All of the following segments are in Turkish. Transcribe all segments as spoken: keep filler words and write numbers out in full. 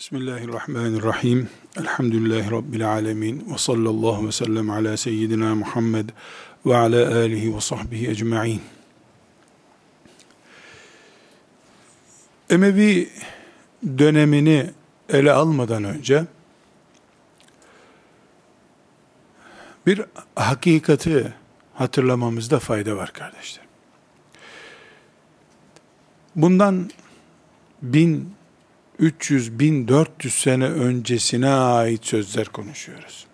Bismillahirrahmanirrahim. Elhamdülillahi Rabbil alemin. Ve sallallahu ve sellem ala seyyidina Muhammed ve ala alihi ve sahbihi ecma'in. Emevi dönemini ele almadan önce bir hakikati hatırlamamızda fayda var kardeşler. Bundan bin üç yüz bin dört yüz sene öncesine ait sözler konuşuyoruz.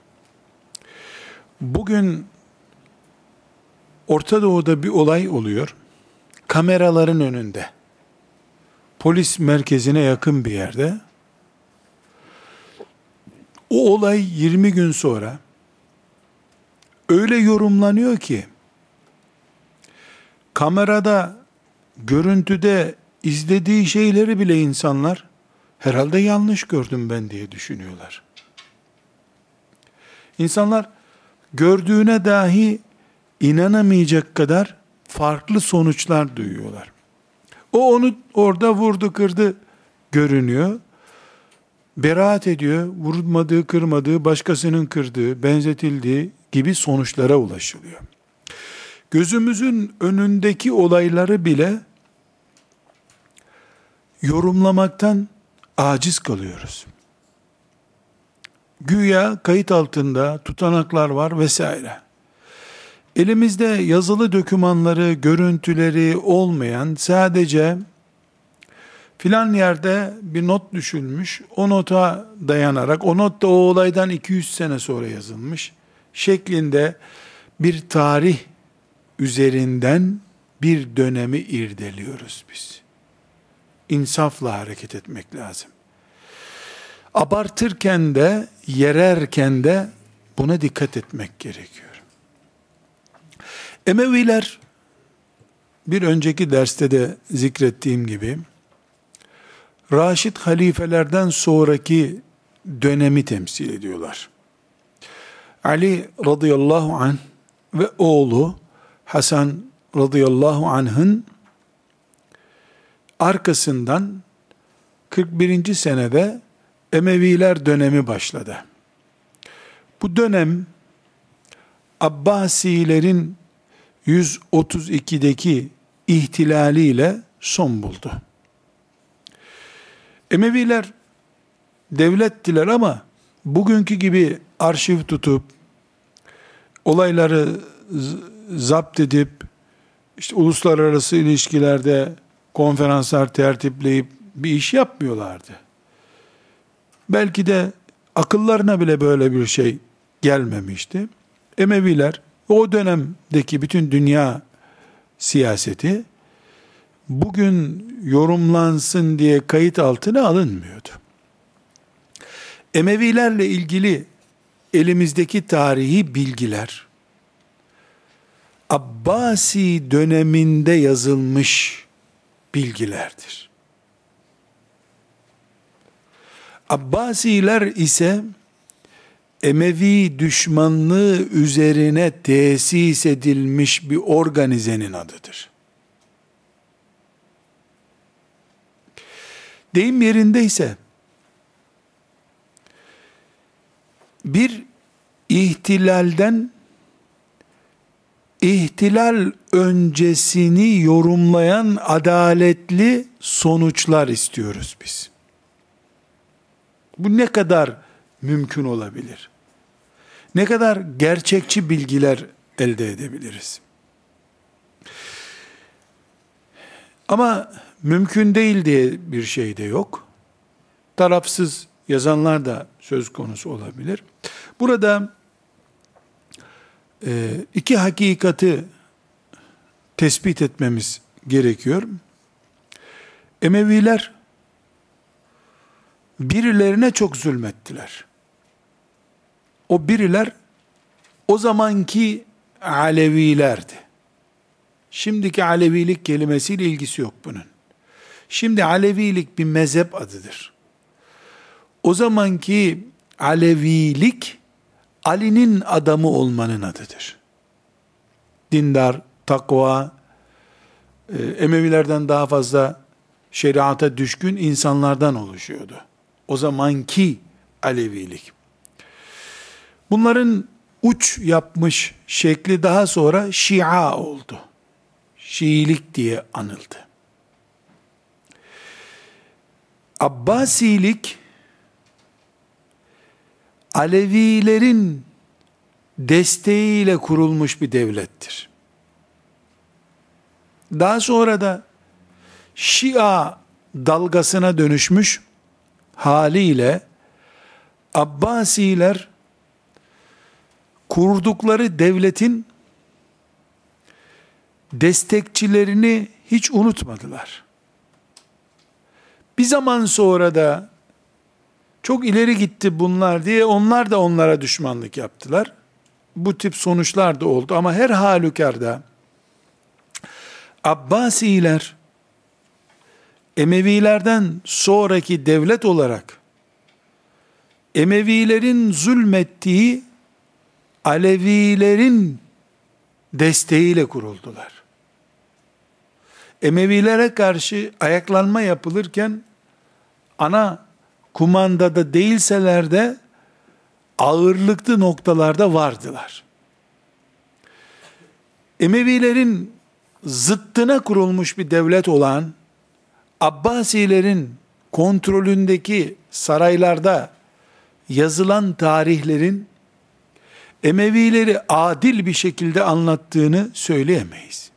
Bugün Orta Doğu'da bir olay oluyor. Kameraların önünde. Polis merkezine yakın bir yerde. O olay yirmi gün sonra öyle yorumlanıyor ki kamerada, görüntüde izlediği şeyleri bile insanlar herhalde yanlış gördüm ben diye düşünüyorlar. İnsanlar gördüğüne dahi inanamayacak kadar farklı sonuçlar duyuyorlar. O onu orada vurdu kırdı görünüyor. Beraat ediyor. Vurmadığı kırmadığı başkasının kırdığı, benzetildiği gibi sonuçlara ulaşılıyor. Gözümüzün önündeki olayları bile yorumlamaktan aciz kalıyoruz. Güya kayıt altında tutanaklar var vesaire. Elimizde yazılı dokümanları, görüntüleri olmayan, sadece filan yerde bir not düşülmüş, o nota dayanarak, o not da o olaydan iki yüz sene sonra yazılmış şeklinde bir tarih üzerinden bir dönemi irdeliyoruz biz. İnsafla hareket etmek lazım. Abartırken de, yererken de buna dikkat etmek gerekiyor. Emeviler, bir önceki derste de zikrettiğim gibi, Raşid halifelerden sonraki dönemi temsil ediyorlar. Ali radıyallahu anh ve oğlu Hasan radıyallahu anh'ın arkasından kırk birinci senede Emeviler dönemi başladı. Bu dönem Abbasilerin yüz otuz ikideki ihtilaliyle son buldu. Emeviler devlettiler ama bugünkü gibi arşiv tutup olayları zapt edip işte uluslararası ilişkilerde konferanslar tertipleyip bir iş yapmıyorlardı. Belki de akıllarına bile böyle bir şey gelmemişti. Emeviler o dönemdeki bütün dünya siyaseti bugün yorumlansın diye kayıt altına alınmıyordu. Emevilerle ilgili elimizdeki tarihi bilgiler Abbasi döneminde yazılmış bilgilerdir. Abbasiler ise Emevi düşmanlığı üzerine tesis edilmiş bir organizenin adıdır. Deyim yerindeyse bir ihtilalden ihtilal öncesini yorumlayan adaletli sonuçlar istiyoruz biz. Bu ne kadar mümkün olabilir? Ne kadar gerçekçi bilgiler elde edebiliriz? Ama mümkün değil diye bir şey de yok. Tarafsız yazanlar da söz konusu olabilir. Burada e, iki hakikati tespit etmemiz gerekiyor. Emeviler birilerine çok zulmettiler. O biriler o zamanki Alevilerdi. Şimdiki Alevilik kelimesiyle ilgisi yok bunun. Şimdi Alevilik bir mezhep adıdır. O zamanki Alevilik Ali'nin adamı olmanın adıdır. Dindar, takva, Emevilerden daha fazla şeriata düşkün insanlardan oluşuyordu. O zamanki Alevilik. Bunların uç yapmış şekli daha sonra Şia oldu. Şiilik diye anıldı. Abbasilik, Alevilerin desteğiyle kurulmuş bir devlettir. Daha sonra da Şia dalgasına dönüşmüş haliyle Abbasiler kurdukları devletin destekçilerini hiç unutmadılar. Bir zaman sonra da çok ileri gitti bunlar diye onlar da onlara düşmanlık yaptılar. Bu tip sonuçlar da oldu ama her halükarda Abbasiler Emevilerden sonraki devlet olarak Emevilerin zulmettiği Alevilerin desteğiyle kuruldular. Emevilere karşı ayaklanma yapılırken ana kumandada değilseler de ağırlıklı noktalarda vardılar. Emevilerin zıttına kurulmuş bir devlet olan Abbasilerin kontrolündeki saraylarda yazılan tarihlerin Emevileri adil bir şekilde anlattığını söyleyemeyiz.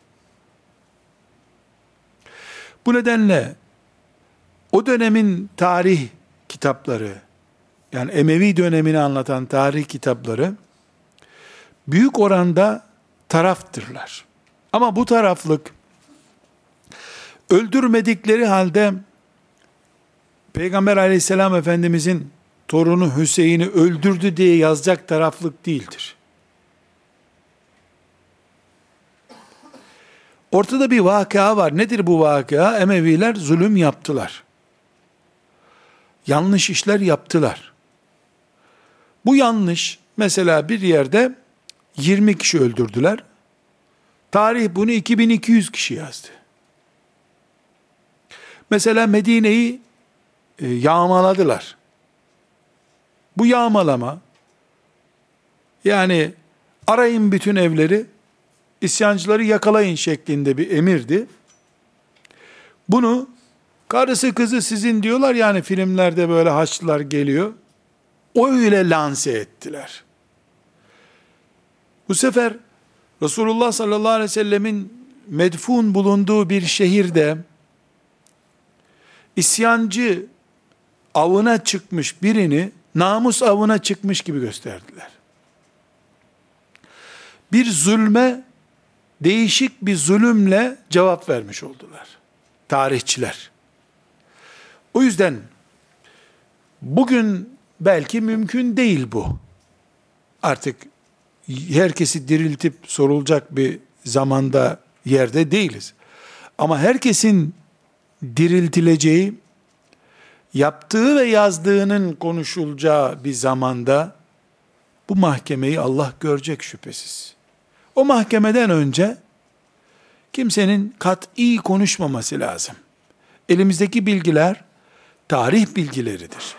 Bu nedenle o dönemin tarih kitapları, yani Emevi dönemini anlatan tarih kitapları büyük oranda taraftırlar. Ama bu taraflık öldürmedikleri halde Peygamber aleyhisselam Efendimizin torunu Hüseyin'i öldürdü diye yazacak taraflık değildir. Ortada bir vakıa var. Nedir bu vakıa? Emeviler zulüm yaptılar. Yanlış işler yaptılar. Bu yanlış, mesela bir yerde yirmi kişi öldürdüler. Tarih bunu iki bin iki yüz kişi yazdı. Mesela Medine'yi e, yağmaladılar. Bu yağmalama, yani arayın bütün evleri, isyancıları yakalayın şeklinde bir emirdi. Bunu karısı kızı sizin diyorlar, yani filmlerde böyle haçlılar geliyor. O öyle lanse ettiler. Bu sefer Resulullah sallallahu aleyhi ve sellemin medfun bulunduğu bir şehirde isyancı avına çıkmış birini namus avına çıkmış gibi gösterdiler. Bir zulme değişik bir zulümle cevap vermiş oldular tarihçiler. O yüzden bugün belki mümkün değil bu. Artık herkesi diriltip sorulacak bir zamanda, yerde değiliz. Ama herkesin diriltileceği, yaptığı ve yazdığının konuşulacağı bir zamanda bu mahkemeyi Allah görecek şüphesiz. O mahkemeden önce kimsenin kat'i konuşmaması lazım. Elimizdeki bilgiler tarih bilgileridir.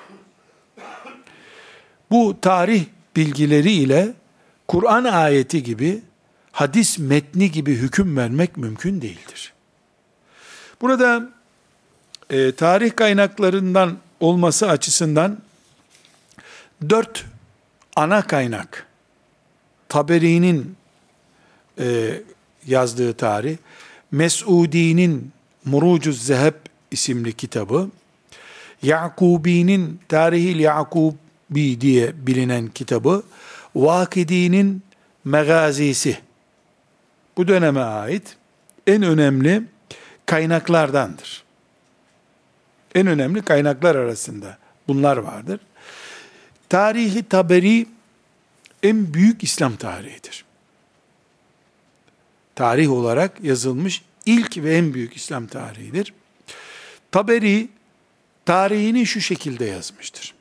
Bu tarih bilgileri ile Kur'an ayeti gibi, hadis metni gibi hüküm vermek mümkün değildir. Burada e, tarih kaynaklarından olması açısından dört ana kaynak, Taberi'nin e, yazdığı tarih, Mes'udi'nin Murucuz Zeheb isimli kitabı, Yakubi'nin Tarihil Yakubi diye bilinen kitabı, Vakidi'nin Megazisi, bu döneme ait en önemli kaynaklardandır. En önemli kaynaklar arasında bunlar vardır. Tarihi Taberi en büyük İslam tarihidir. Tarih olarak yazılmış ilk ve en büyük İslam tarihidir. Taberi tarihini şu şekilde yazmıştır.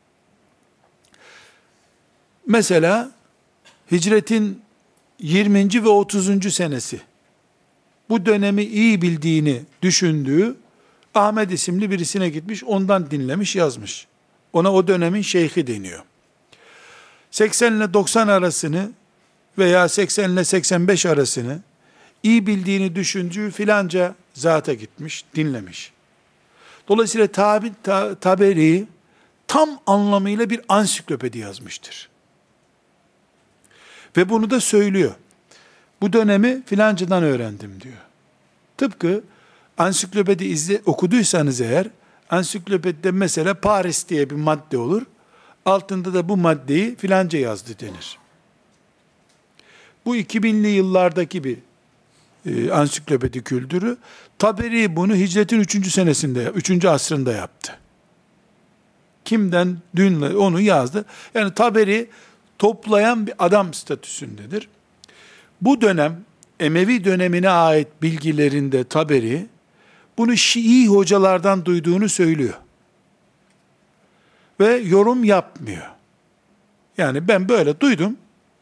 Mesela hicretin yirminci ve otuzuncu senesi, bu dönemi iyi bildiğini düşündüğü Ahmet isimli birisine gitmiş, ondan dinlemiş, yazmış. Ona o dönemin şeyhi deniyor. seksen ile doksan arasını veya seksen ile seksen beş arasını iyi bildiğini düşündüğü filanca zata gitmiş, dinlemiş. Dolayısıyla tabi, ta, Taberi tam anlamıyla bir ansiklopedi yazmıştır. Ve bunu da söylüyor. Bu dönemi filancadan öğrendim diyor. Tıpkı ansiklopedi izle, okuduysanız eğer, ansiklopedide mesela Paris diye bir madde olur. Altında da bu maddeyi filanca yazdı denir. Bu iki binli yıllardaki bir e, ansiklopedi kültürü. Taberi bunu hicretin üçüncü senesinde, üçüncü asrında yaptı. Kimden? Dün onu yazdı. Yani Taberi toplayan bir adam statüsündedir. Bu dönem, Emevi dönemine ait bilgilerinde Taberi, bunu Şii hocalardan duyduğunu söylüyor. Ve yorum yapmıyor. Yani ben böyle duydum,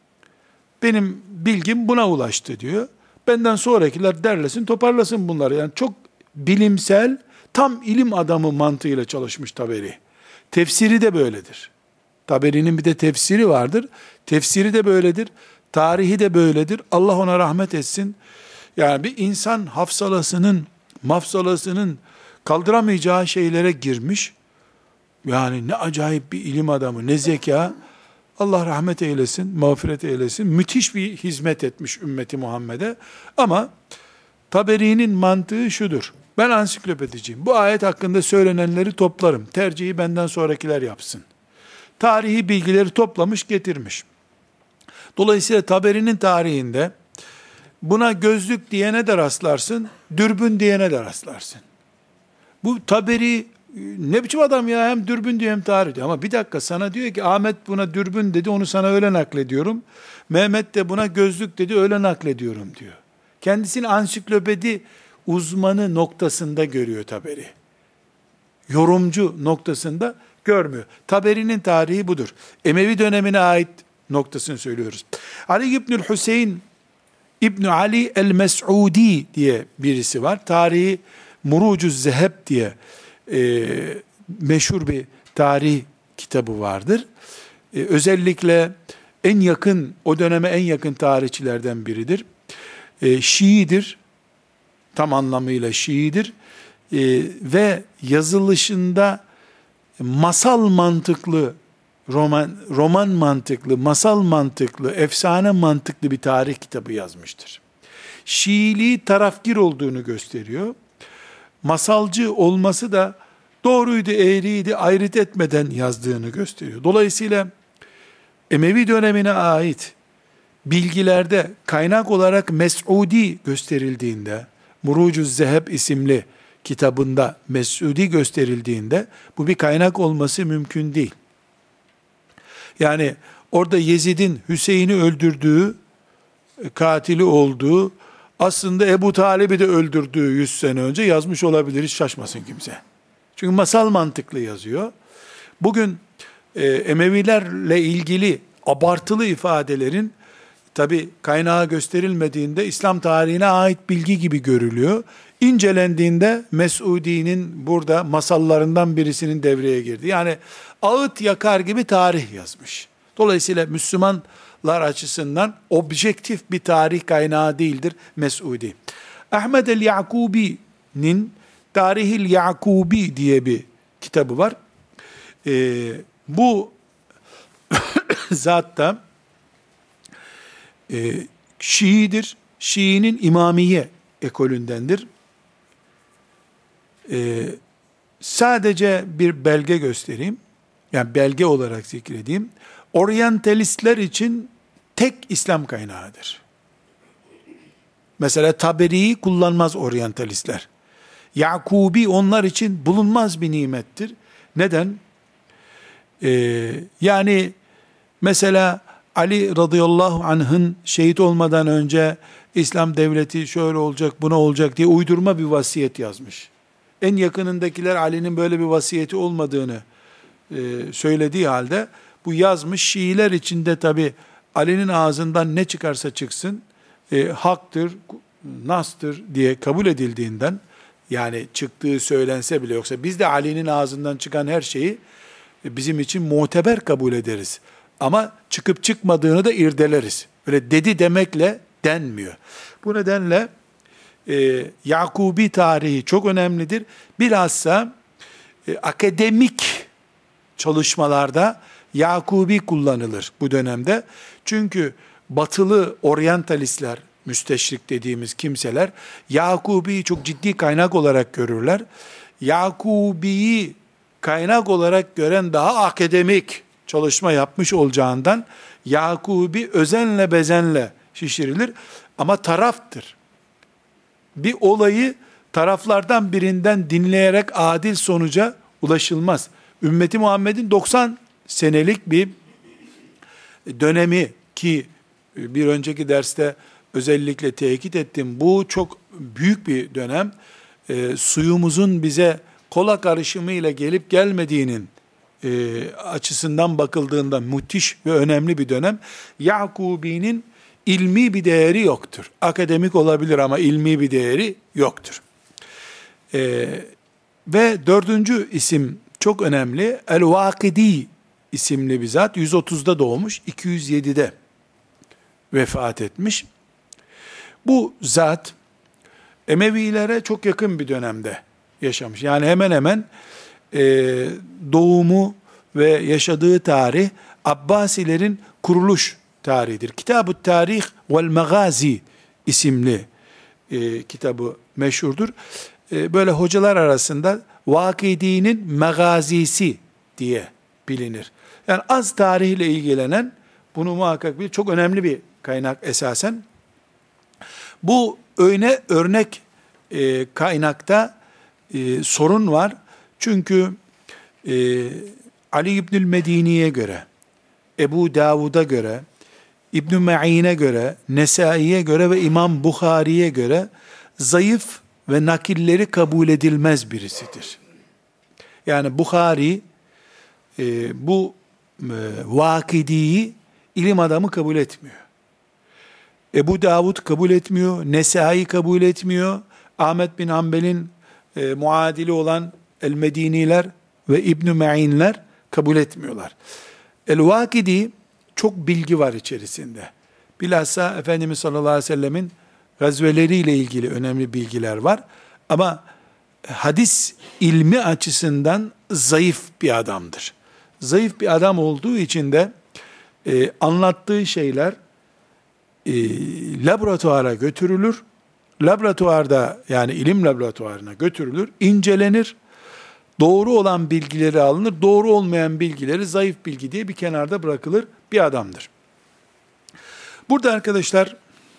benim bilgim buna ulaştı diyor. Benden sonrakiler derlesin, toparlasın bunları. Yani çok bilimsel, tam ilim adamı mantığıyla çalışmış Taberi. Tefsiri de böyledir. Taberi'nin bir de tefsiri vardır. Tefsiri de böyledir. Tarihi de böyledir. Allah ona rahmet etsin. Yani bir insan hafsalasının, mafsalasının kaldıramayacağı şeylere girmiş. Yani ne acayip bir ilim adamı, ne zeka. Allah rahmet eylesin, mağfiret eylesin. Müthiş bir hizmet etmiş ümmeti Muhammed'e. Ama Taberi'nin mantığı şudur. Ben ansiklopediciyim. Bu ayet hakkında söylenenleri toplarım. Tercihi benden sonrakiler yapsın. Tarihi bilgileri toplamış, getirmiş. Dolayısıyla Taberi'nin tarihinde buna gözlük diyene de rastlarsın, dürbün diyene de rastlarsın. Bu Taberi ne biçim adam ya, hem dürbün diyor hem tarih diyor. Ama bir dakika, sana diyor ki Ahmet buna dürbün dedi, onu sana öyle naklediyorum. Mehmet de buna gözlük dedi, öyle naklediyorum diyor. Kendisini ansiklopedi uzmanı noktasında görüyor Taberi. Yorumcu noktasında görmüyor. Taberi'nin tarihi budur. Emevi dönemine ait noktasını söylüyoruz. Ali İbnül Hüseyin İbn Ali el-Mes'udi diye birisi var. Tarihi Murucuz Zeheb diye e, meşhur bir tarih kitabı vardır. E, özellikle en yakın, o döneme en yakın tarihçilerden biridir. E, Şiidir. Tam anlamıyla Şiidir. E, ve yazılışında masal mantıklı, roman, roman mantıklı, masal mantıklı, efsane mantıklı bir tarih kitabı yazmıştır. Şiiliği tarafgir olduğunu gösteriyor. Masalcı olması da doğruydu, eğriydi, ayrıt etmeden yazdığını gösteriyor. Dolayısıyla Emevi dönemine ait bilgilerde kaynak olarak Mes'udi gösterildiğinde, Murucuz Zeheb isimli kitabında Mes'udi gösterildiğinde, bu bir kaynak olması mümkün değil. Yani orada Yezid'in Hüseyin'i öldürdüğü, katili olduğu, aslında Ebu Talib'i de öldürdüğü yüz sene önce yazmış olabilir, hiç şaşmasın kimse. Çünkü masal mantıklı yazıyor. Bugün e, Emevilerle ilgili abartılı ifadelerin, tabi kaynağı gösterilmediğinde İslam tarihine ait bilgi gibi görülüyor. İncelendiğinde Mes'udi'nin burada masallarından birisinin devreye girdi. Yani ağıt yakar gibi tarih yazmış. Dolayısıyla Müslümanlar açısından objektif bir tarih kaynağı değildir Mes'udi. Ahmed el-Yakubi'nin Tarihil Yakubi diye bir kitabı var. Ee, bu zatta e, Şiidir. Şii'nin İmamiye ekolündendir. Ee, sadece bir belge göstereyim. Yani belge olarak zikredeyim. Oryantalistler için tek İslam kaynağıdır. Mesela Taberi'yi kullanmaz oryantalistler. Yakubi onlar için bulunmaz bir nimettir. Neden? Ee, yani mesela Ali radıyallahu anh'ın şehit olmadan önce İslam devleti şöyle olacak, buna olacak diye uydurma bir vasiyet yazmış. En yakınındakiler Ali'nin böyle bir vasiyeti olmadığını e, söylediği halde bu yazmış. Şiiler içinde tabi Ali'nin ağzından ne çıkarsa çıksın e, haktır, nastır diye kabul edildiğinden, yani çıktığı söylense bile, yoksa biz de Ali'nin ağzından çıkan her şeyi e, bizim için muteber kabul ederiz. Ama çıkıp çıkmadığını da irdeleriz. Öyle dedi demekle denmiyor. Bu nedenle e, Yakubi tarihi çok önemlidir. Bilhassa e, akademik çalışmalarda Yakubi kullanılır bu dönemde. Çünkü batılı oryantalistler, müsteşrik dediğimiz kimseler Yakubi'yi çok ciddi kaynak olarak görürler. Yakubi'yi kaynak olarak gören daha akademik çalışma yapmış olacağından Yakubi özenle bezenle şişirilir ama taraftır. Bir olayı taraflardan birinden dinleyerek adil sonuca ulaşılmaz. Ümmeti Muhammed'in doksan senelik bir dönemi ki bir önceki derste özellikle tekit ettim. Bu çok büyük bir dönem. E, suyumuzun bize kola karışımıyla gelip gelmediğinin e, açısından bakıldığında müthiş ve önemli bir dönem. Yakubi'nin ilmi bir değeri yoktur. Akademik olabilir ama ilmi bir değeri yoktur. E, ve dördüncü isim çok önemli. El-Vakidi isimli bir zat. yüz otuzda doğmuş, iki yüz yedide vefat etmiş. Bu zat Emevilere çok yakın bir dönemde yaşamış. Yani hemen hemen e, doğumu ve yaşadığı tarih Abbasilerin kuruluş tarihidir. Kitab-ı Tarih vel Magazi isimli e, kitabı meşhurdur. E, böyle hocalar arasında Vakidi'nin Megazisi diye bilinir. Yani az tarihle ilgilenen bunu muhakkak bilir. Çok önemli bir kaynak esasen. Bu öne örnek e, kaynakta e, sorun var. Çünkü e, Ali İbnül Medini'ye göre, Ebu Davud'a göre, İbn-i Ma'in'e göre, Nesai'ye göre ve İmam Bukhari'ye göre zayıf ve nakilleri kabul edilmez birisidir. Yani Bukhari e, bu e, Vakidi'yi ilim adamı kabul etmiyor. Ebu Davud kabul etmiyor, Nesai kabul etmiyor, Ahmet bin Hanbel'in e, muadili olan El-Mediniler ve İbn-i Ma'inler kabul etmiyorlar. El-Vakidi çok bilgi var içerisinde. Bilhassa Efendimiz sallallahu aleyhi ve sellemin gazveleriyle ilgili önemli bilgiler var. Ama hadis ilmi açısından zayıf bir adamdır. Zayıf bir adam olduğu için de e, anlattığı şeyler e, laboratuvara götürülür. Laboratuvarda yani ilim laboratuvarına götürülür, incelenir. Doğru olan bilgileri alınır, doğru olmayan bilgileri zayıf bilgi diye bir kenarda bırakılır bir adamdır. Burada arkadaşlar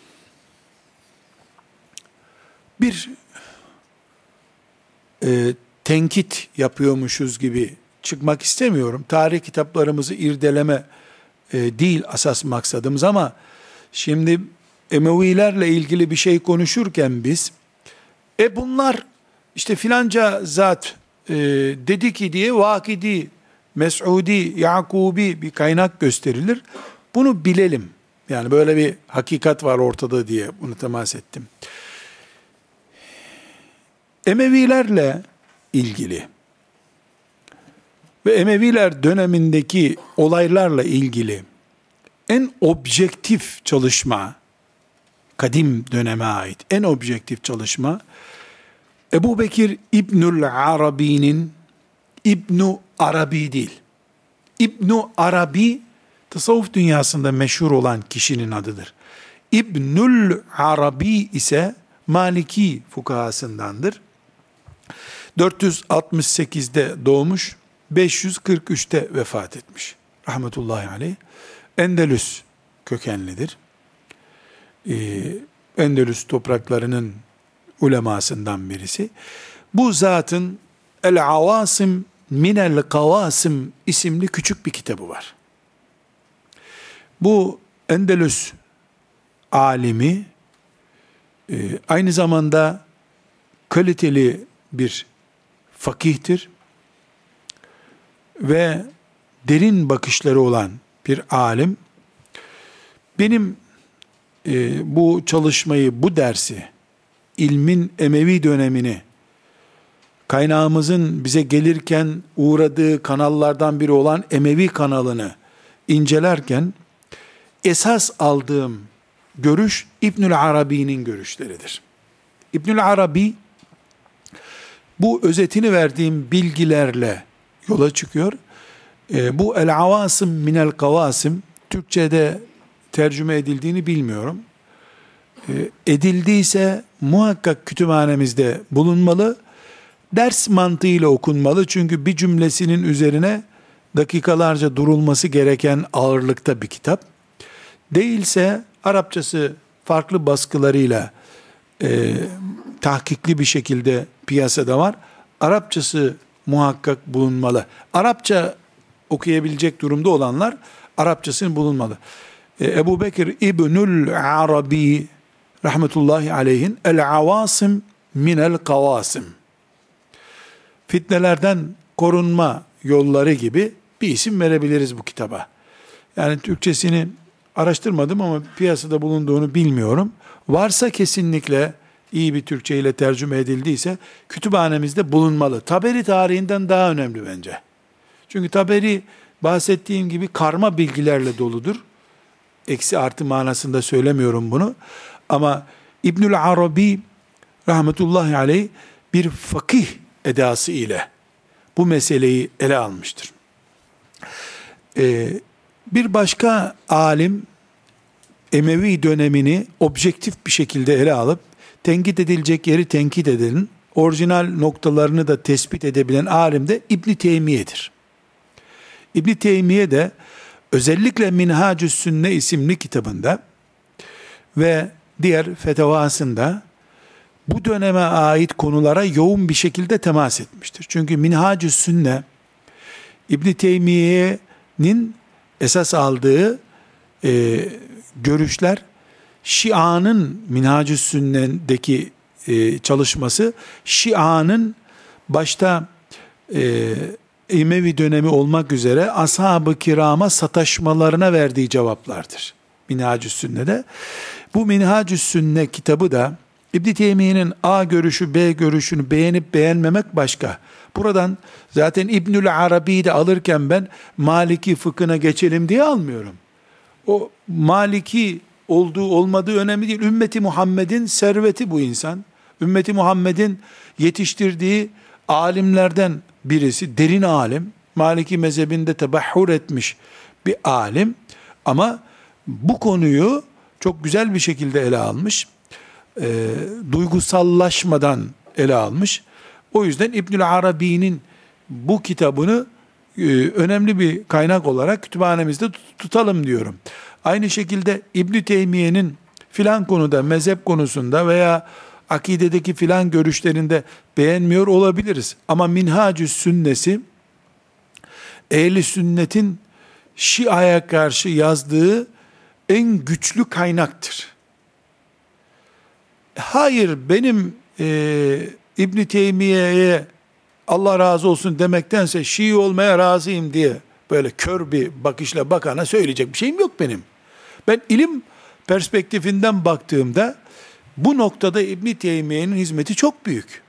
bir e, tenkit yapıyormuşuz gibi çıkmak istemiyorum. Tarih kitaplarımızı irdeleme e, değil asas maksadımız ama şimdi Emevilerle ilgili bir şey konuşurken biz e bunlar işte filanca zat e, dedi ki diye Vakidi, Mes'udi, Yakubi bir kaynak gösterilir. Bunu bilelim. Yani böyle bir hakikat var ortada diye bunu temas ettim. Emevilerle ilgili ve Emeviler dönemindeki olaylarla ilgili en objektif çalışma, kadim döneme ait en objektif çalışma, Ebu Bekir İbnül Arabi'nin, İbnu Arabi değil, İbnu Arabi, tasavvuf dünyasında meşhur olan kişinin adıdır. İbnül Arabi ise Maliki fukahasındandır. dört yüz altmış sekizde doğmuş, beş yüz kırk üçte vefat etmiş. Rahmetullahi aleyh. Endelüs kökenlidir. Ee, Endelüs topraklarının ulemasından birisi. Bu zatın El-Avasim Minel Kavasim isimli küçük bir kitabı var. Bu Endelüs alimi e, aynı zamanda kaliteli bir fakihtir ve derin bakışları olan bir alim. Benim e, bu çalışmayı, bu dersi, ilmin Emevi dönemini kaynağımızın bize gelirken uğradığı kanallardan biri olan Emevi kanalını incelerken esas aldığım görüş İbnül Arabi'nin görüşleridir. İbnül Arabi bu özetini verdiğim bilgilerle yola çıkıyor. E, bu El-Avasim minel Kavasim Türkçe'de tercüme edildiğini bilmiyorum. E, edildiyse muhakkak kütüphanemizde bulunmalı. Ders mantığıyla okunmalı. Çünkü bir cümlesinin üzerine dakikalarca durulması gereken ağırlıkta bir kitap. Değilse Arapçası farklı baskılarıyla e, tahkikli bir şekilde piyasada var. Arapçası muhakkak bulunmalı. Arapça okuyabilecek durumda olanlar Arapçasının bulunmalı. E, Ebu Bekir İbnül Arabi rahmetullahi aleyhin El-Avasim minel Kavasim, fitnelerden korunma yolları gibi bir isim verebiliriz bu kitaba. Yani Türkçesini araştırmadım ama piyasada bulunduğunu bilmiyorum. Varsa kesinlikle iyi bir Türkçe ile tercüme edildiyse kütüphanemizde bulunmalı. Taberi tarihinden daha önemli bence. Çünkü Taberi bahsettiğim gibi karma bilgilerle doludur. Eksi artı manasında söylemiyorum bunu. Ama İbnül Arabi rahmetullahi aleyh bir fakih edası ile bu meseleyi ele almıştır. Ee, bir başka alim Emevi dönemini objektif bir şekilde ele alıp tenkit edilecek yeri tenkit edenin, orijinal noktalarını da tespit edebilen alim de İbn Teymiye'dir. İbn Teymiye de özellikle Minhacü's Sünne isimli kitabında ve diğer fetavasında bu döneme ait konulara yoğun bir şekilde temas etmiştir. Çünkü Minhacü's Sünne İbn Teymiye'nin esas aldığı e, görüşler, Şia'nın Minhacü's Sünne'deki e, çalışması, Şia'nın başta e, Emevi dönemi olmak üzere ashab-ı kirama sataşmalarına verdiği cevaplardır. Minhacü's Sünne'de. Bu Minhacü's Sünne kitabı da İbn Teymiye'nin A görüşü, B görüşünü beğenip beğenmemek başka. Buradan zaten İbnül Arabi'yi de alırken ben Maliki fıkhına geçelim diye almıyorum. O Maliki olduğu olmadığı önemli değil. Ümmeti Muhammed'in serveti bu insan. Ümmeti Muhammed'in yetiştirdiği alimlerden birisi, derin alim. Maliki mezhebinde tebahhur etmiş bir alim. Ama bu konuyu çok güzel bir şekilde ele almış. E, duygusallaşmadan ele almış. O yüzden İbnül Arabi'nin bu kitabını e, önemli bir kaynak olarak kütüphanemizde tutalım diyorum. Aynı şekilde İbn Teymiye'nin filan konuda, mezhep konusunda veya akidedeki filan görüşlerinde beğenmiyor olabiliriz. Ama Minhacü's Sünnesi, Ehl-i Sünnet'in Şia'ya karşı yazdığı en güçlü kaynaktır. Hayır, benim e, İbn Teymiye'ye Allah razı olsun demektense Şii olmaya razıyım diye böyle kör bir bakışla bakana söyleyecek bir şeyim yok benim. Ben ilim perspektifinden baktığımda bu noktada İbn Teymiye'nin hizmeti çok büyük.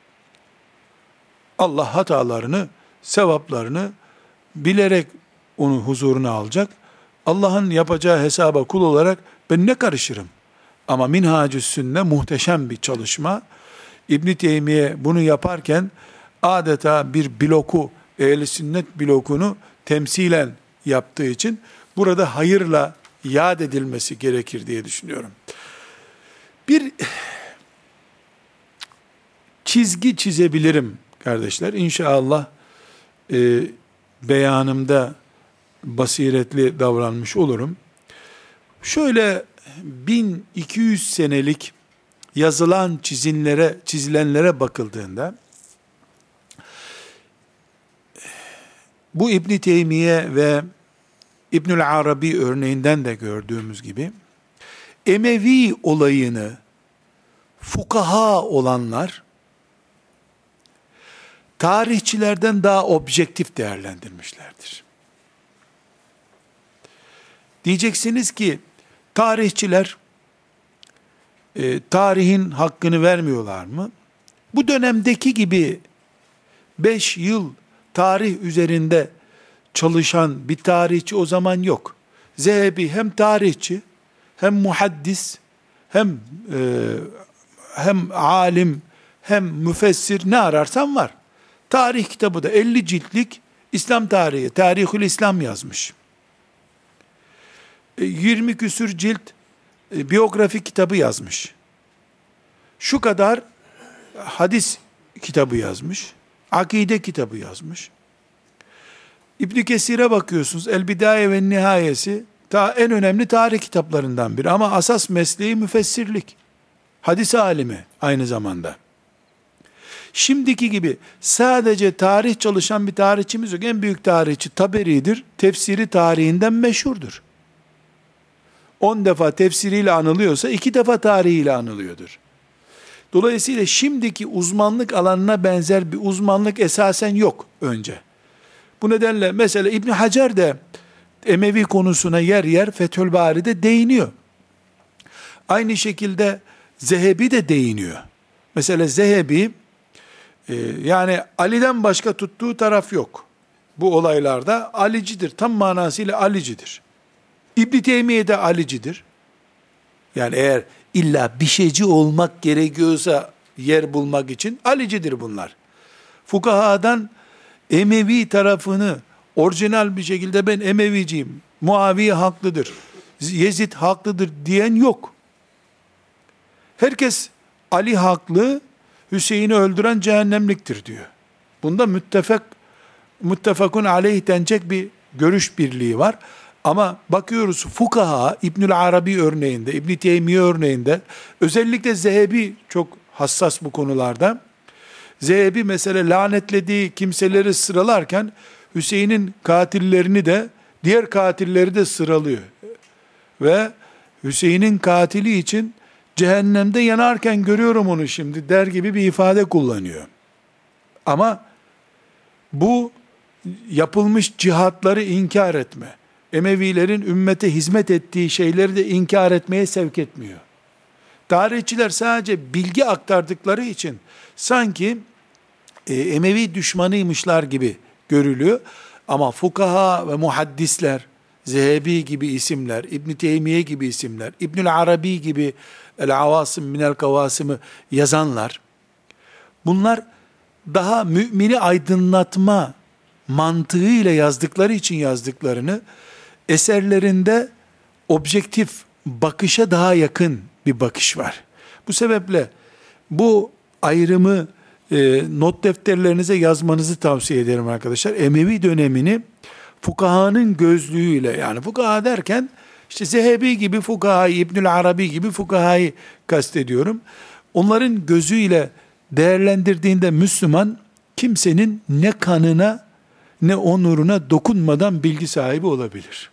Allah hatalarını, sevaplarını bilerek onu huzuruna alacak. Allah'ın yapacağı hesaba kul olarak ben ne karışırım? Ama Minhacü's Sünne muhteşem bir çalışma. İbn Teymiye bunu yaparken adeta bir bloku, Ehl-i Sünnet blokunu temsilen yaptığı için burada hayırla yad edilmesi gerekir diye düşünüyorum. Bir çizgi çizebilirim kardeşler. İnşallah e, beyanımda basiretli davranmış olurum. Şöyle bin iki yüz senelik yazılan çizinlere, çizilenlere bakıldığında bu İbn Teymiye ve İbnül Arabi örneğinden de gördüğümüz gibi Emevi olayını fukaha olanlar tarihçilerden daha objektif değerlendirmişlerdir. Diyeceksiniz ki tarihçiler e, tarihin hakkını vermiyorlar mı? Bu dönemdeki gibi beş yıl tarih üzerinde çalışan bir tarihçi o zaman yok. Zehebi hem tarihçi, hem muhaddis, hem e, hem alim, hem müfessir, ne ararsan var. Tarih kitabı da elli ciltlik İslam tarihi, Tarihül İslam yazmış. E, yirmi küsür cilt e, biyografi kitabı yazmış. Şu kadar hadis kitabı yazmış. Akide kitabı yazmış. İbn Kesir'e bakıyorsunuz. El Bidaye ve Nihayesi ta en önemli tarih kitaplarından biri ama asas mesleği müfessirlik. Hadis alimi aynı zamanda. Şimdiki gibi sadece tarih çalışan bir tarihçimiz yok. En büyük tarihçi Taberi'dir. Tefsiri tarihinden meşhurdur. On defa tefsiriyle anılıyorsa iki defa tarihiyle anılıyordur. Dolayısıyla şimdiki uzmanlık alanına benzer bir uzmanlık esasen yok önce. Bu nedenle mesela İbn Hacer de Emevi konusuna yer yer Fethül Bari'de değiniyor. Aynı şekilde Zehebi de değiniyor. Mesela Zehebi e, yani Ali'den başka tuttuğu taraf yok. Bu olaylarda Alicidir. Tam manasıyla Alicidir. İbn Teymiye de Alicidir. Yani eğer illa bir şeyci olmak gerekiyorsa yer bulmak için Alicidir bunlar. Fukahadan Emevi tarafını orijinal bir şekilde ben Emeviciyim, Muaviye haklıdır, Yezid haklıdır diyen yok. Herkes Ali haklı, Hüseyin'i öldüren cehennemliktir diyor. Bunda müttefak, muttefakun aleyh denecek bir görüş birliği var. Ama bakıyoruz fukaha, İbnül Arabi örneğinde, İbn Teymiye örneğinde, özellikle Zehebi çok hassas bu konularda. Zehebi mesela lanetlediği kimseleri sıralarken, Hüseyin'in katillerini de, diğer katilleri de sıralıyor. Ve Hüseyin'in katili için cehennemde yanarken görüyorum onu şimdi der gibi bir ifade kullanıyor. Ama bu yapılmış cihatları inkar etme, Emevilerin ümmete hizmet ettiği şeyleri de inkar etmeye sevk etmiyor. Tarihçiler sadece bilgi aktardıkları için sanki e, Emevi düşmanıymışlar gibi görülüyor. Ama fukaha ve muhaddisler, Zehebi gibi isimler, İbn Teymiye gibi isimler, İbnül Arabi gibi El-Avasim minel Kavasim'i yazanlar, bunlar daha mümini aydınlatma mantığıyla yazdıkları için yazdıklarını, eserlerinde objektif bakışa daha yakın bir bakış var. Bu sebeple bu ayrımı e, not defterlerinize yazmanızı tavsiye ederim arkadaşlar. Emevi dönemini fukahanın gözlüğüyle, yani fukaha derken işte Zehebi gibi fukahayı, İbnül Arabi gibi fukahayı kastediyorum. Onların gözüyle değerlendirdiğinde Müslüman, kimsenin ne kanına ne onuruna dokunmadan bilgi sahibi olabilir.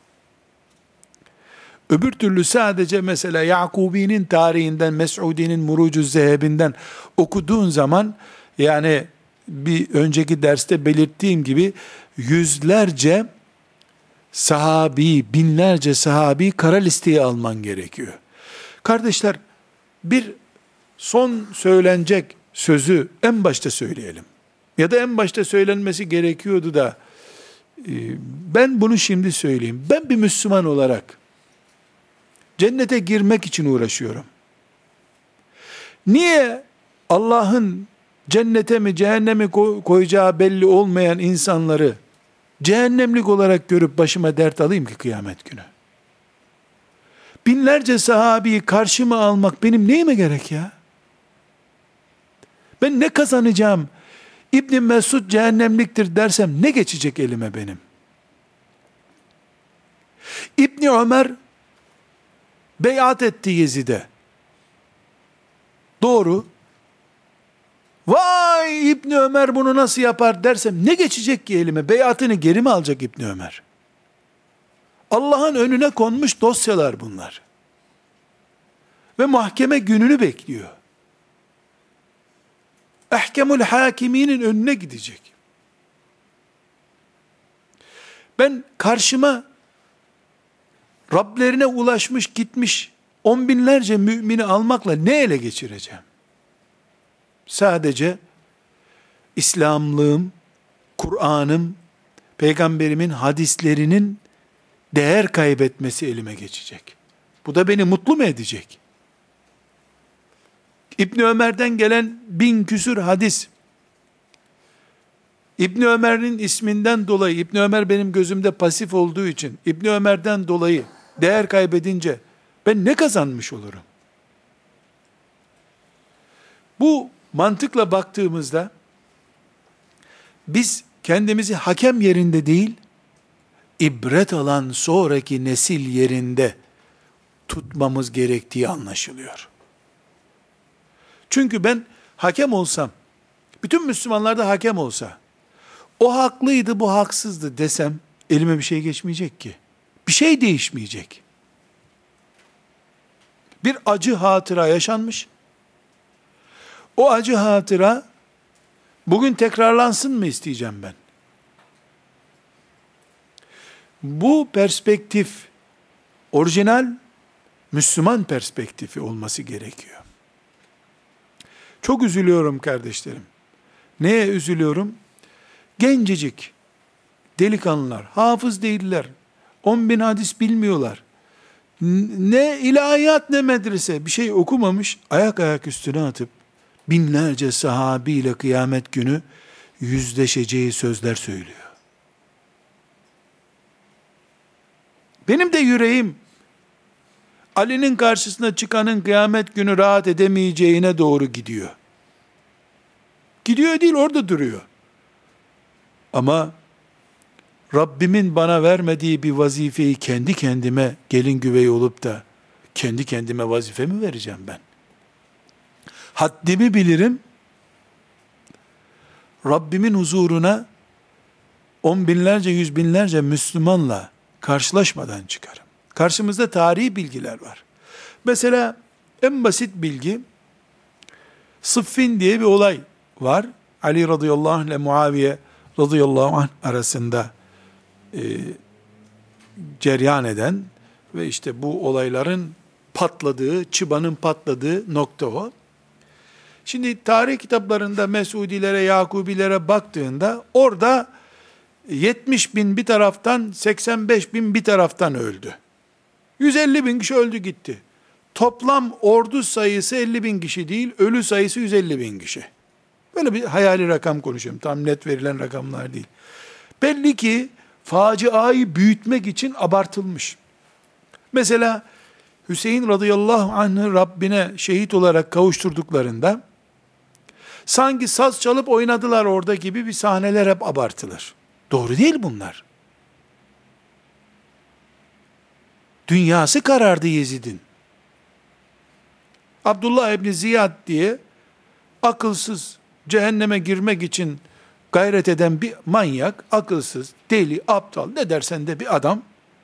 Öbür türlü sadece mesela Yakubi'nin tarihinden, Mes'udi'nin Murucu Zehebi'nden okuduğun zaman, yani bir önceki derste belirttiğim gibi yüzlerce sahabi, binlerce sahabi kara listeye alman gerekiyor. Kardeşler, bir son söylenecek sözü en başta söyleyelim. Ya da en başta söylenmesi gerekiyordu da ben bunu şimdi söyleyeyim. Ben bir Müslüman olarak cennete girmek için uğraşıyorum. Niye Allah'ın cennete mi cehenneme koyacağı belli olmayan insanları cehennemlik olarak görüp başıma dert alayım ki kıyamet günü? Binlerce sahabeyi karşıma almak benim neyime gerek ya? Ben ne kazanacağım? İbn Mesud cehennemliktir dersem ne geçecek elime benim? İbn Ömer beyat etti Yezid'e. Doğru. Vay İbn Ömer bunu nasıl yapar dersem ne geçecek ki elime? Beyatını geri mi alacak İbn Ömer? Allah'ın önüne konmuş dosyalar bunlar. Ve mahkeme gününü bekliyor. Ehkemul hakiminin önüne gidecek. Ben karşıma Rablerine ulaşmış gitmiş on binlerce mümini almakla ne ele geçireceğim? Sadece İslamlığım, Kur'an'ım, Peygamberimin hadislerinin değer kaybetmesi elime geçecek. Bu da beni mutlu mu edecek? İbni Ömer'den gelen bin küsür hadis, İbni Ömer'in isminden dolayı, İbni Ömer benim gözümde pasif olduğu için, İbni Ömer'den dolayı değer kaybedince ben ne kazanmış olurum? Bu mantıkla baktığımızda biz kendimizi hakem yerinde değil, ibret alan sonraki nesil yerinde tutmamız gerektiği anlaşılıyor. Çünkü ben hakem olsam, bütün Müslümanlar da hakem olsa, o haklıydı, bu haksızdı desem, elime bir şey geçmeyecek ki. Bir şey değişmeyecek. Bir acı hatıra yaşanmış. O acı hatıra, bugün tekrarlansın mı isteyeceğim ben? Bu perspektif, orijinal, Müslüman perspektifi olması gerekiyor. Çok üzülüyorum kardeşlerim. Neye üzülüyorum? Gencecik, delikanlılar, hafız değiller, on bin hadis bilmiyorlar. Ne ilahiyat ne medrese, bir şey okumamış, ayak ayak üstüne atıp, binlerce sahabiyle kıyamet günü yüzleşeceği sözler söylüyor. Benim de yüreğim, Ali'nin karşısına çıkanın kıyamet günü rahat edemeyeceğine doğru gidiyor. Gidiyor değil, orada duruyor. Ama Rabbimin bana vermediği bir vazifeyi kendi kendime gelin güvey olup da kendi kendime vazife mi vereceğim ben? Haddimi bilirim. Rabbimin huzuruna on binlerce, yüz binlerce Müslümanla karşılaşmadan çıkarım. Karşımızda tarihi bilgiler var. Mesela en basit bilgi, Sıffin diye bir olay var. Ali radıyallahu anh ile Muaviye radıyallahu anh arasında e, cereyan eden ve işte bu olayların patladığı, çıbanın patladığı nokta o. Şimdi tarih kitaplarında Mesudilere, Yakubilere baktığında orada yetmiş bin bir taraftan, seksen beş bin bir taraftan öldü. yüz elli bin kişi öldü gitti. Toplam ordu sayısı elli bin kişi değil, ölü sayısı yüz elli bin kişi. Böyle bir hayali rakam konuşuyorum. Tam net verilen rakamlar değil. Belli ki faciayı büyütmek için abartılmış. Mesela Hüseyin radıyallahu anh'ı Rabbine şehit olarak kavuşturduklarında sanki saz çalıp oynadılar orada gibi bir sahneler hep abartılır. Doğru değil bunlar. Dünyası karardı Yezid'in. Abdullah İbni Ziyad diye akılsız, cehenneme girmek için gayret eden bir manyak, akılsız, deli, aptal, ne dersen de bir adam,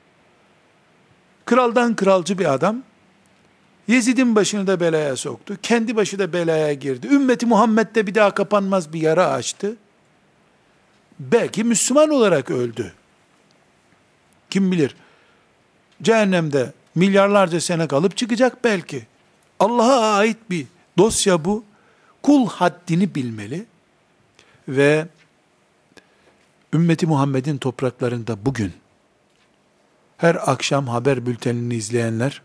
kraldan kralcı bir adam, Yezid'in başını da belaya soktu, kendi başı da belaya girdi, ümmeti Muhammed'de bir daha kapanmaz bir yara açtı, belki Müslüman olarak öldü. Kim bilir, cehennemde milyarlarca sene kalıp çıkacak belki. Allah'a ait bir dosya bu. Kul haddini bilmeli ve ümmeti Muhammed'in topraklarında bugün her akşam haber bültenini izleyenler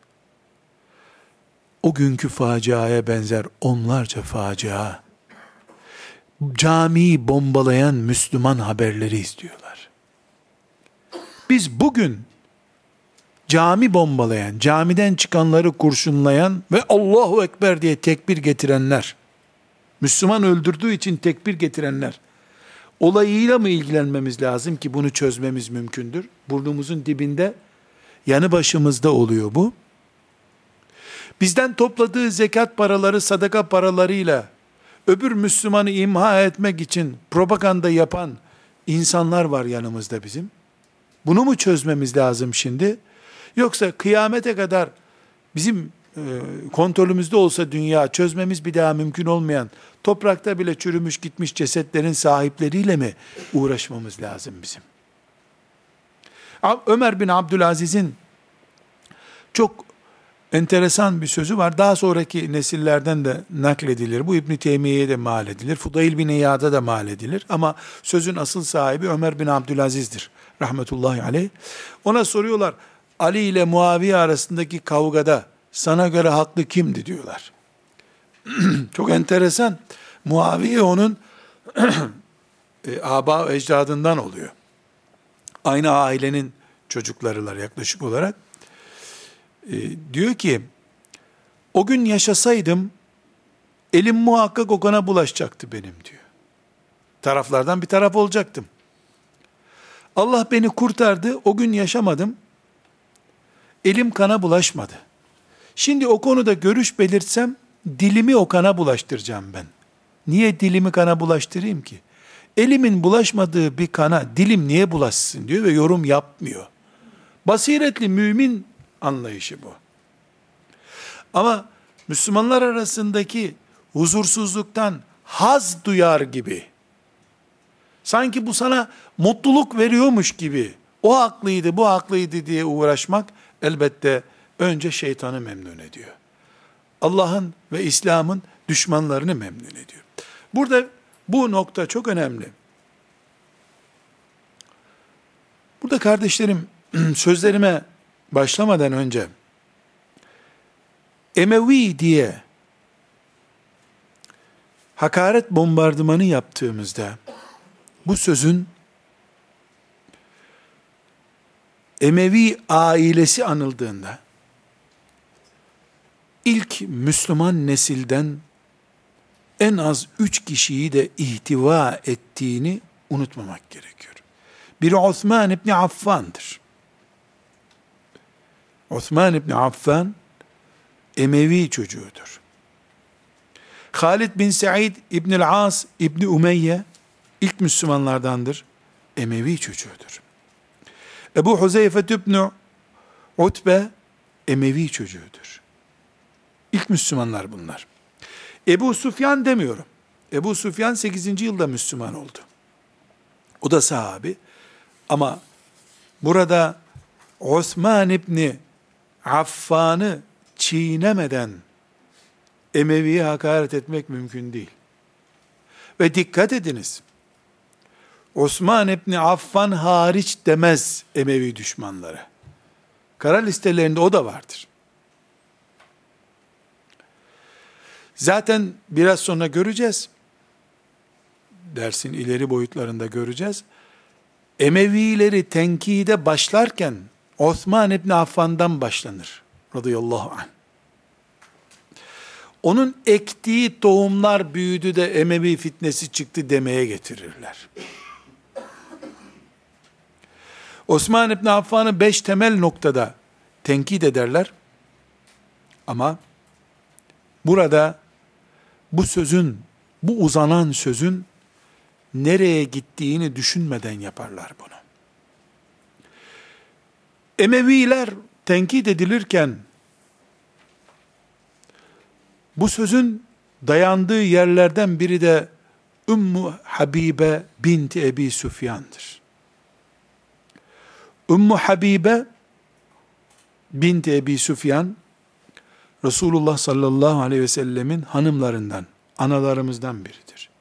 o günkü faciaya benzer onlarca facia, camiyi bombalayan Müslüman haberleri izliyorlar. Biz bugün cami bombalayan, camiden çıkanları kurşunlayan ve Allahu Ekber diye tekbir getirenler, Müslüman öldürdüğü için tekbir getirenler, olayıyla mı ilgilenmemiz lazım ki bunu çözmemiz mümkündür? Burnumuzun dibinde, yanı başımızda oluyor bu. Bizden topladığı zekat paraları, sadaka paralarıyla öbür Müslümanı imha etmek için propaganda yapan insanlar var yanımızda bizim. Bunu mu çözmemiz lazım şimdi? Yoksa kıyamete kadar bizim e, kontrolümüzde olsa dünya, çözmemiz bir daha mümkün olmayan, toprakta bile çürümüş gitmiş cesetlerin sahipleriyle mi uğraşmamız lazım bizim? Ömer bin Abdülaziz'in çok enteresan bir sözü var. Daha sonraki nesillerden de nakledilir. Bu İbn-i Teymiye'ye de mal edilir. Fudayl bin İyad'a da mal edilir. Ama sözün asıl sahibi Ömer bin Abdülaziz'dir. Rahmetullahi aleyh. Ona soruyorlar, Ali ile Muaviye arasındaki kavgada sana göre haklı kimdi diyorlar. Çok enteresan. Muaviye onun e, aba ecdadından oluyor. Aynı ailenin çocuklarılar yaklaşık olarak. E, diyor ki, o gün yaşasaydım elim muhakkak o kana bulaşacaktı benim diyor. Taraflardan bir taraf olacaktım. Allah beni kurtardı, o gün yaşamadım. Elim kana bulaşmadı. Şimdi o konuda görüş belirtsem dilimi o kana bulaştıracağım ben. Niye dilimi kana bulaştırayım ki? Elimin bulaşmadığı bir kana dilim niye bulaşsın diyor ve yorum yapmıyor. Basiretli mümin anlayışı bu. Ama Müslümanlar arasındaki huzursuzluktan haz duyar gibi, sanki bu sana mutluluk veriyormuş gibi, o haklıydı, bu haklıydı diye uğraşmak elbette önce şeytanı memnun ediyor. Allah'ın ve İslam'ın düşmanlarını memnun ediyor. Burada bu nokta çok önemli. Burada kardeşlerim, sözlerime başlamadan önce Emevi diye hakaret bombardımanı yaptığımızda bu sözün Emevi ailesi anıldığında ilk Müslüman nesilden en az üç kişiyi de ihtiva ettiğini unutmamak gerekiyor. Biri Osman İbni Affan'dır. Osman İbni Affan Emevi çocuğudur. Halid bin Said İbnül As İbni Umeyye ilk Müslümanlardandır. Emevi çocuğudur. Ebu Huzeyfe İbni Utbe Emevi çocuğudur. İlk Müslümanlar bunlar. Ebu Süfyan demiyorum. Ebu Süfyan sekizinci yılda Müslüman oldu. O da sahabi. Ama burada Osman İbni Affan'ı çiğnemeden Emevi'ye hakaret etmek mümkün değil. Ve dikkat ediniz, Osman İbni Affan hariç demez Emevi düşmanları. Kara listelerinde o da vardır. Zaten biraz sonra göreceğiz. Dersin ileri boyutlarında göreceğiz. Emevileri tenkide başlarken Osman İbni Affan'dan başlanır. Radıyallahu anh. Onun ektiği tohumlar büyüdü de Emevi fitnesi çıktı demeye getirirler. Osman İbni Affan'ı beş temel noktada tenkit ederler. Ama burada bu sözün, bu uzanan sözün nereye gittiğini düşünmeden yaparlar bunu. Emeviler tenkit edilirken bu sözün dayandığı yerlerden biri de Ümmü Habibe binti Ebi Süfyan'dır. Ümmü Habibe binti Ebi Süfyan, Resulullah sallallahu aleyhi ve sellemin hanımlarından, analarımızdan biridir.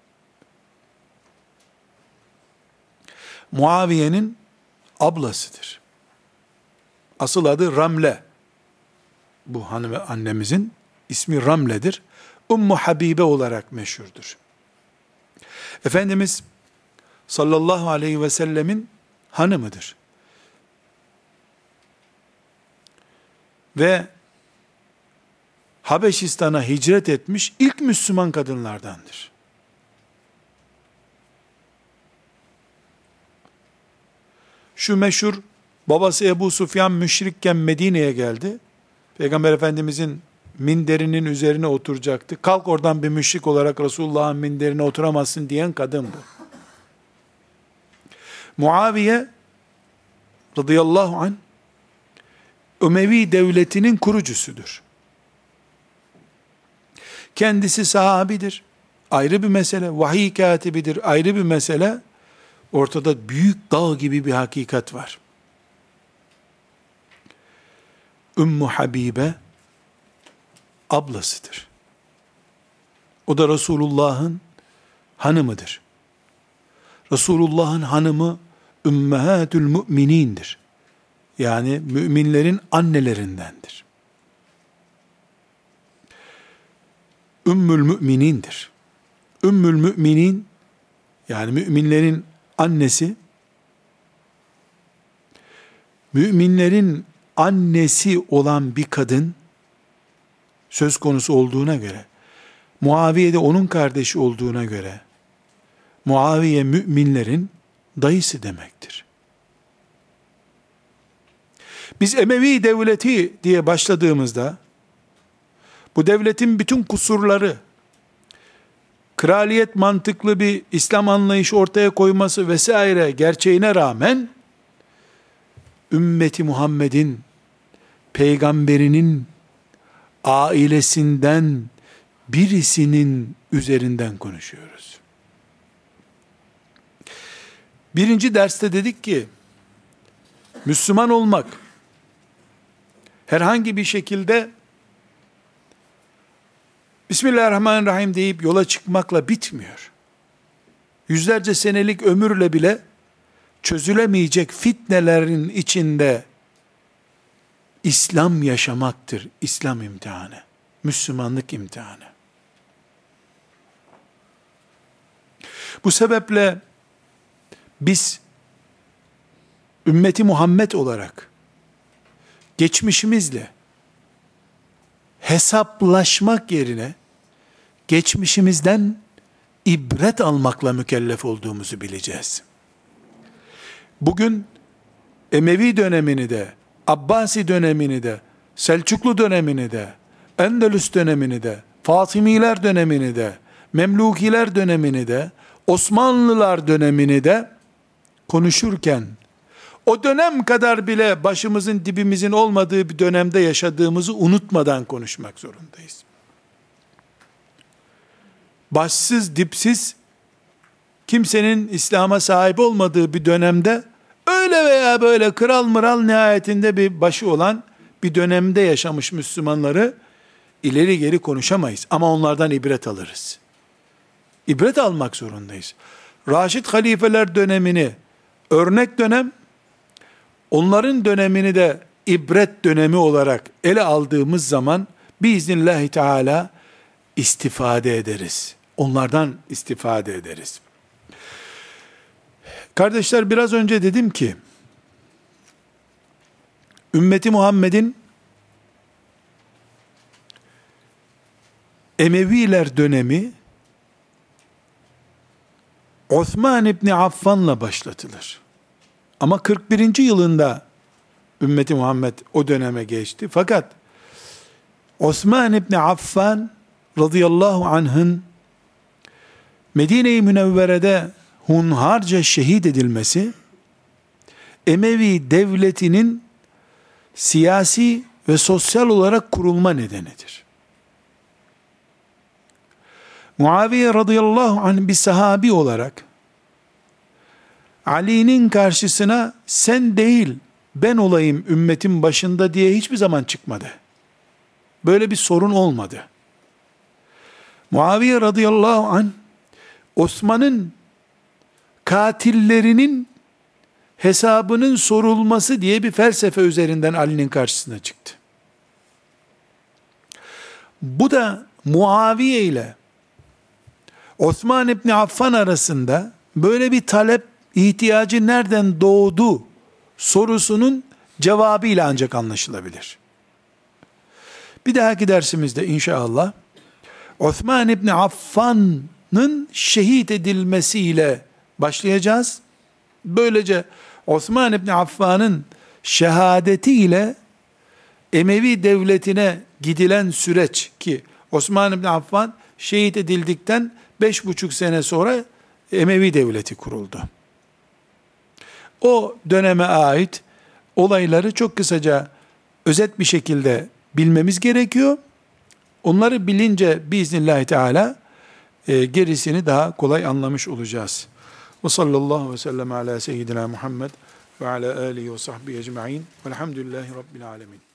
Muaviye'nin ablasıdır. Asıl adı Ramle. Bu hanım annemizin ismi Ramle'dir. Ümmü Habibe olarak meşhurdur. Efendimiz sallallahu aleyhi ve sellemin hanımıdır. Ve Habeşistan'a hicret etmiş ilk Müslüman kadınlardandır. Şu meşhur, babası Ebu Sufyan müşrikken Medine'ye geldi. Peygamber Efendimizin minderinin üzerine oturacaktı. Kalk oradan bir müşrik olarak Resulullah'ın minderine oturamazsın diyen kadın bu. Muaviye radıyallahu anh Ümevi devletinin kurucusudur. Kendisi sahabidir. Ayrı bir mesele. Vahiy katibidir. Ayrı bir mesele. Ortada büyük dağ gibi bir hakikat var. Ümmü Habibe ablasıdır. O da Resulullah'ın hanımıdır. Resulullah'ın hanımı Ümmehatül Müminindir. Yani müminlerin annelerindendir. Ümmül Müminindir. Ümmül Müminin, yani müminlerin annesi, müminlerin annesi olan bir kadın söz konusu olduğuna göre, Muaviye de onun kardeşi olduğuna göre, Muaviye müminlerin dayısı demektir. Biz Emevi devleti diye başladığımızda, bu devletin bütün kusurları, kraliyet mantıklı bir İslam anlayışı ortaya koyması vesaire gerçeğine rağmen, ümmeti Muhammed'in, peygamberinin ailesinden birisinin üzerinden konuşuyoruz. Birinci derste dedik ki, Müslüman olmak, herhangi bir şekilde Bismillahirrahmanirrahim deyip yola çıkmakla bitmiyor. Yüzlerce senelik ömürle bile çözülemeyecek fitnelerin içinde İslam yaşamaktır. İslam imtihanı, Müslümanlık imtihanı. Bu sebeple biz ümmeti Muhammed olarak geçmişimizle hesaplaşmak yerine geçmişimizden ibret almakla mükellef olduğumuzu bileceğiz. Bugün Emevi dönemini de, Abbasi dönemini de, Selçuklu dönemini de, Endülüs dönemini de, Fatımiler dönemini de, Memlukiler dönemini de, Osmanlılar dönemini de konuşurken, o dönem kadar bile başımızın dibimizin olmadığı bir dönemde yaşadığımızı unutmadan konuşmak zorundayız. Başsız, dipsiz, kimsenin İslam'a sahip olmadığı bir dönemde, öyle veya böyle kral mıral nihayetinde bir başı olan bir dönemde yaşamış Müslümanları ileri geri konuşamayız. Ama onlardan ibret alırız. İbret almak zorundayız. Raşid halifeler dönemini örnek dönem, onların dönemini de ibret dönemi olarak ele aldığımız zaman biiznillahü teala istifade ederiz. Onlardan istifade ederiz. Kardeşler, biraz önce dedim ki, ümmeti Muhammed'in Emeviler dönemi Osman İbni Affan'la başlatılır. Ama kırk birinci yılında ümmeti Muhammed o döneme geçti. Fakat Osman İbni Affan radıyallahu anh'ın Medine-i Münevvere'de hunharca şehit edilmesi, Emevi devletinin siyasi ve sosyal olarak kurulma nedenidir. Muaviye radıyallahu anh bir sahabi olarak, Ali'nin karşısına sen değil ben olayım ümmetin başında diye hiçbir zaman çıkmadı. Böyle bir sorun olmadı. Muaviye radıyallahu anh, Osman'ın katillerinin hesabının sorulması diye bir felsefe üzerinden Ali'nin karşısına çıktı. Bu da Muaviye ile Osman İbni Affan arasında böyle bir talep ihtiyacı nereden doğdu sorusunun cevabıyla ancak anlaşılabilir. Bir dahaki dersimizde inşallah Osman İbni Affan'ın şehit edilmesiyle başlayacağız. Böylece Osman İbni Affan'ın şehadetiyle Emevi devletine gidilen süreç, ki Osman İbni Affan şehit edildikten beş buçuk sene sonra Emevi devleti kuruldu. O döneme ait olayları çok kısaca özet bir şekilde bilmemiz gerekiyor. Onları bilince biiznillahü teala e, gerisini daha kolay anlamış olacağız. Ve sallallahu ve sellem ala seyyidina Muhammed ve ala alihi ve sahbihi ecma'in velhamdülillahi rabbil alemin.